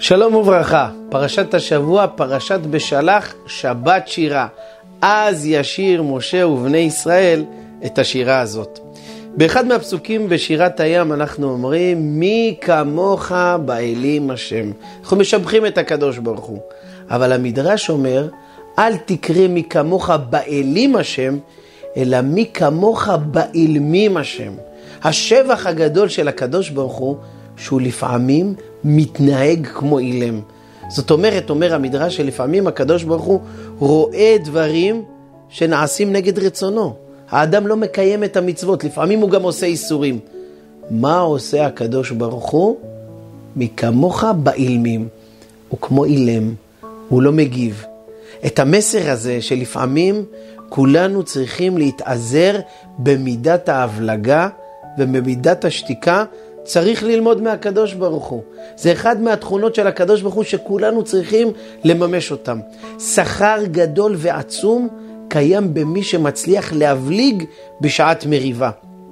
שלום וברכה, פרשת השבוע, פרשת בשלח, שבת שירה. אז ישיר משה ובני ישראל את השירה הזאת. באחד מהפסוקים בשירת הים אנחנו אומרים, מי כמוך באלים השם. אנחנו משבחים את הקדוש ברוך הוא. אבל המדרש אומר, אל תקרא מי כמוך באלים השם, אלא מי כמוך באילמים השם. השבח הגדול של הקדוש ברוך הוא, שהוא לפעמים מתנהג כמו אילם. זאת אומרת, אומר המדרש, שלפעמים הקדוש ברוך הוא רואה דברים שנעשים נגד רצונו. האדם לא מקיים את המצוות, לפעמים הוא גם עושה איסורים. מה עושה הקדוש ברוך הוא? מכמוך באילמים. הוא כמו אילם, הוא לא מגיב. את המסר הזה שלפעמים כולנו צריכים להתעזר במידת ההבלגה ובמידת השתיקה, צריך ללמוד מהקדוש ברוך הוא. זה אחד מהתכונות של הקדוש ברוך הוא שכולנו צריכים לממש אותם. שכר גדול ועצום קיים במי שמצליח להבליג בשעת מריבה.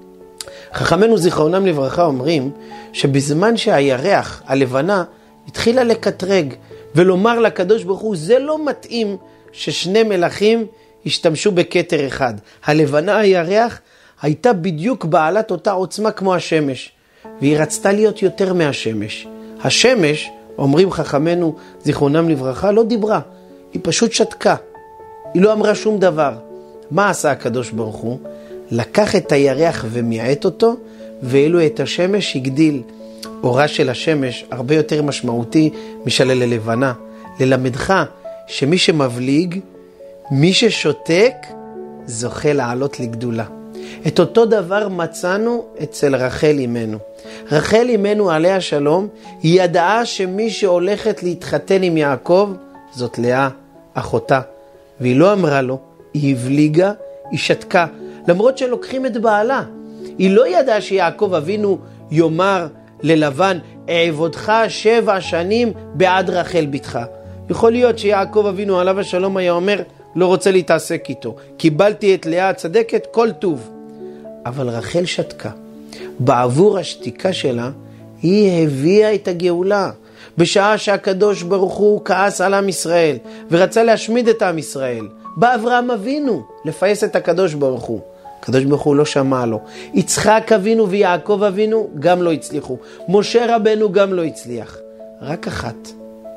חכמינו זיכרונם לברכה אומרים שבזמן שהירח, הלבנה, התחילה לקטרג ולומר לקדוש ברוך הוא, זה לא מתאים ששני מלכים השתמשו בכתר אחד. הלבנה, הירח, הייתה בדיוק בעלת אותה עוצמה כמו השמש. והיא רצתה להיות יותר מהשמש. השמש, אומרים חכמינו זיכרונם לברכה, לא דיברה. היא פשוט שתקה. היא לא אמרה שום דבר. מה עשה הקדוש ברוך הוא? לקח את הירח ומיעט אותו, ואילו את השמש הגדיל. אורה של השמש הרבה יותר משמעותי משל הלבנה. ללמדך שמי שמבליג, מי ששותק, זוכה לעלות לגדולה. את אותו דבר מצאנו אצל רחל אמנו. רחל אמנו עליה השלום, היא ידעה שמי שהולכת להתחתן עם יעקב, זאת לאה, אחותה. והיא לא אמרה לו, היא הבליגה, היא שתקה. למרות שלוקחים את בעלה. היא לא ידעה שיעקב אבינו יאמר ללבן, אעבודך 7 שנים בעד רחל בתך. יכול להיות שיעקב אבינו עליו השלום היה אומר, לא רוצה להתעסק איתו. קיבלתי את לאה הצדקת, כל טוב. אבל רחל שתקה. בעבור השתיקה שלה, היא הביאה את הגאולה. בשעה שהקדוש ברוך הוא כעס על עם ישראל, ורצה להשמיד את עם ישראל, בא אברהם אבינו לפייס את הקדוש ברוך הוא. הקדוש ברוך הוא לא שמע לו. יצחק אבינו ויעקב אבינו גם לא הצליחו. משה רבנו גם לא הצליח. רק אחת.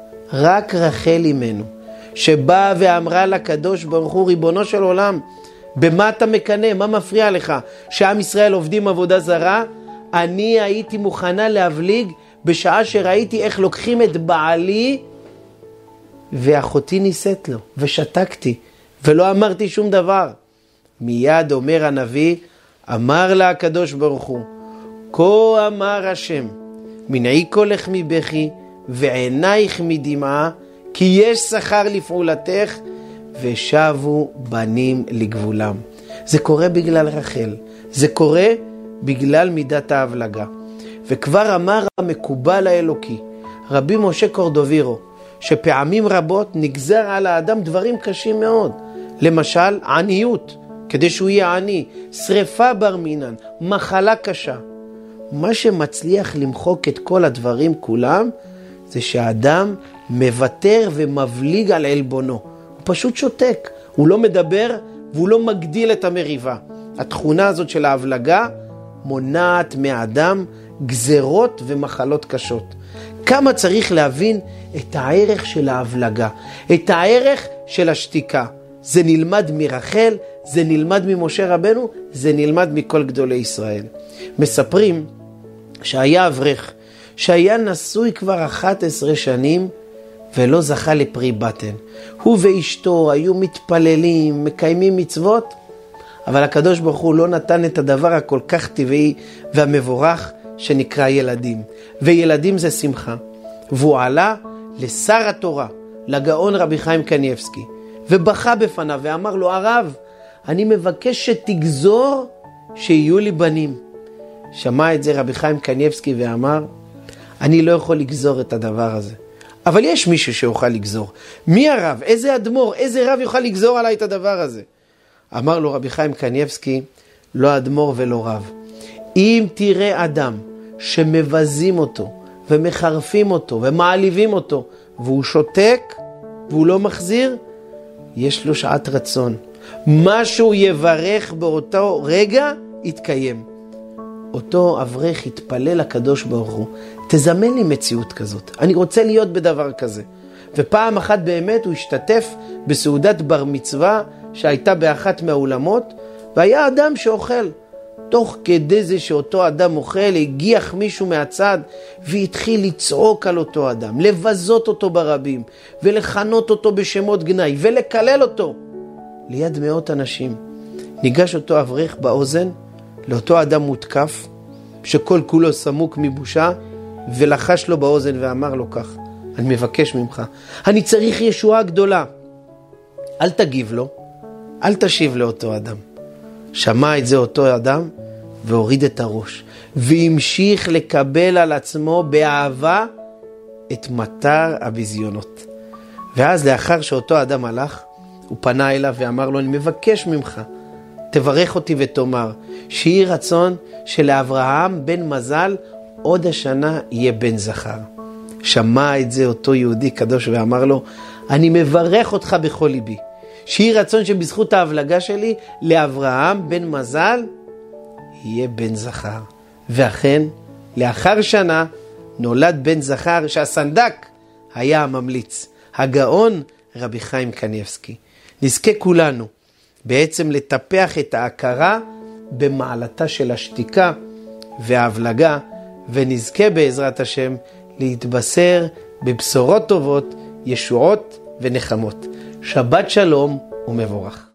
רק רחל אמנו. שבאה ואמרה לקדוש ברוך הוא, ריבונו של עולם, במה אתה מקנה? מה מפריע לך? שעם ישראל עובדים עבודה זרה? אני הייתי מוכנה להבליג בשעה שראיתי איך לוקחים את בעלי ואחותי ניסית לו ושתקתי ולא אמרתי שום דבר. מיד אומר הנביא, אמר לה הקדוש ברוך הוא, כה אמר השם, מנעי קולך מבכי ועינייך מדמעה, כי יש שכר לפעולתך, ושבו בנים לגבולם. זה קורה בגלל רחל. זה קורה בגלל מידת ההבלגה. וכבר אמר המקובל האלוקי, רבי משה קורדובירו, שפעמים רבות נגזר על האדם דברים קשים מאוד. למשל, עניות, כדי שהוא יהיה עני, שריפה בר מינן, מחלה קשה. מה שמצליח למחוק את כל הדברים כולם, זה שהאדם מוותר ומבליג על עלבונו. הוא פשוט שותק, הוא לא מדבר והוא לא מגדיל את המריבה. התכונה הזאת של ההבלגה מונעת מאדם גזרות ומחלות קשות. כמה צריך להבין את הערך של ההבלגה, את הערך של השתיקה. זה נלמד מרחל, זה נלמד ממשה רבנו, זה נלמד מכל גדולי ישראל. מספרים שהיה אברך, שהיה נשוי כבר 11 שנים, ולא זכה לפרי בטן. הוא ואשתו היו מתפללים, מקיימים מצוות, אבל הקדוש ברוך הוא לא נתן את הדבר הכל כך טבעי והמבורך שנקרא ילדים. וילדים זה שמחה. והוא עלה לשר התורה, לגאון רבי חיים קניבסקי, ובכה בפניו ואמר לו, הרב, אני מבקש שתגזור שיהיו לי בנים. שמע את זה רבי חיים קניבסקי ואמר, אני לא יכול לגזור את הדבר הזה. אבל יש מישהו שיוכל לגזור. מי הרב? איזה אדמו"ר? איזה רב יוכל לגזור עליי את הדבר הזה? אמר לו רבי חיים קניבסקי, לא אדמו"ר ולא רב. אם תראה אדם שמבזים אותו ומחרפים אותו ומעליבים אותו, והוא שותק והוא לא מחזיר, יש לו שעת רצון. מה שהוא יברך באותו רגע יתקיים. אותו אברך יתפלל לקדוש ברוך הוא, תזמן לי מציאות כזאת, אני רוצה להיות בדבר כזה. ופעם אחת באמת הוא השתתף בסעודת בר מצווה שהייתה באחת מהאולמות, והיה אדם שאוכל. תוך כדי זה שאותו אדם אוכל, הגיח מישהו מהצד והתחיל לצעוק על אותו אדם, לבזות אותו ברבים, ולכנות אותו בשמות גנאי, ולקלל אותו. ליד מאות אנשים. ניגש אותו אברך באוזן, לאותו אדם מותקף, שכל כולו סמוק מבושה, ולחש לו באוזן ואמר לו כך, אני מבקש ממך, אני צריך ישועה גדולה. אל תגיב לו, אל תשיב לאותו אדם. שמע את זה אותו אדם, והוריד את הראש, והמשיך לקבל על עצמו באהבה את מטר הביזיונות. ואז לאחר שאותו אדם הלך, הוא פנה אליו ואמר לו, אני מבקש ממך, תברך אותי ותאמר, שיהי רצון שלאברהם בן מזל עוד השנה יהיה בן זכר. שמע את זה אותו יהודי קדוש ואמר לו, אני מברך אותך בכל ליבי, שיהי רצון שבזכות ההבלגה שלי לאברהם בן מזל יהיה בן זכר. ואכן, לאחר שנה נולד בן זכר שהסנדק היה הממליץ, הגאון רבי חיים קניבסקי. נזכה כולנו בעצם לטפח את ההכרה במעלתה של השתיקה וההבלגה, ונזכה בעזרת השם להתבשר בבשורות טובות, ישועות ונחמות. שבת שלום ומבורך.